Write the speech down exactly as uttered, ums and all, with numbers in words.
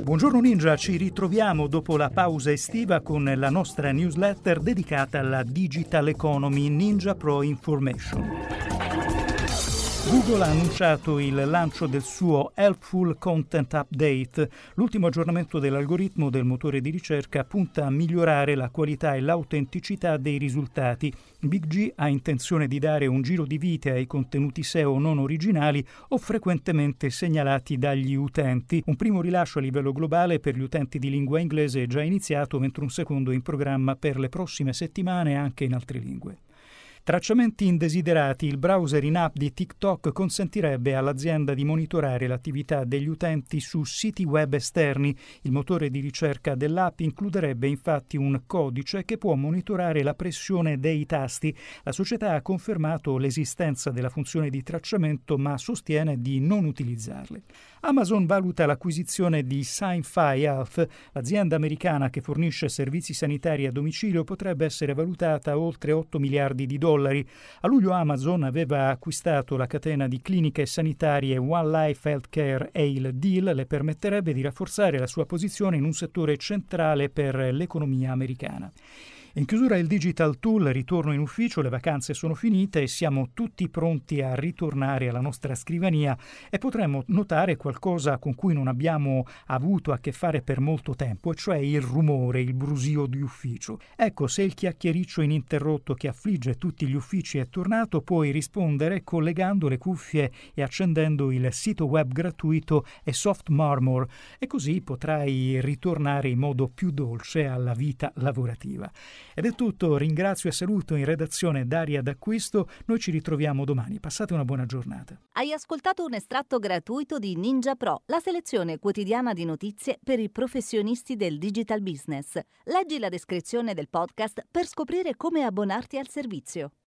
Buongiorno Ninja, ci ritroviamo dopo la pausa estiva con la nostra newsletter dedicata alla digital economy Ninja Pro Information. Google ha annunciato il lancio del suo Helpful Content Update. L'ultimo aggiornamento dell'algoritmo del motore di ricerca punta a migliorare la qualità e l'autenticità dei risultati. Big G ha intenzione di dare un giro di vite ai contenuti S E O non originali o frequentemente segnalati dagli utenti. Un primo rilascio a livello globale per gli utenti di lingua inglese è già iniziato, mentre un secondo è in programma per le prossime settimane anche in altre lingue. Tracciamenti indesiderati. Il browser in app di TikTok consentirebbe all'azienda di monitorare l'attività degli utenti su siti web esterni. Il motore di ricerca dell'app includerebbe infatti un codice che può monitorare la pressione dei tasti. La società ha confermato l'esistenza della funzione di tracciamento, ma sostiene di non utilizzarle. Amazon valuta l'acquisizione di Signify Health. L'azienda americana che fornisce servizi sanitari a domicilio potrebbe essere valutata a oltre otto miliardi di dollari. A luglio Amazon aveva acquistato la catena di cliniche sanitarie One Life Healthcare e il deal le permetterebbe di rafforzare la sua posizione in un settore centrale per l'economia americana. In chiusura il Digital Tool, ritorno in ufficio, le vacanze sono finite e siamo tutti pronti a ritornare alla nostra scrivania e potremmo notare qualcosa con cui non abbiamo avuto a che fare per molto tempo, e cioè il rumore, il brusio di ufficio. Ecco, se il chiacchiericcio ininterrotto che affligge tutti gli uffici è tornato, puoi rispondere collegando le cuffie e accendendo il sito web gratuito e Soft Murmur, e così potrai ritornare in modo più dolce alla vita lavorativa. Ed è tutto, ringrazio e saluto in redazione Daria D'Acquisto, noi ci ritroviamo domani, passate una buona giornata. Hai ascoltato un estratto gratuito di Ninja Pro, la selezione quotidiana di notizie per i professionisti del digital business. Leggi la descrizione del podcast per scoprire come abbonarti al servizio.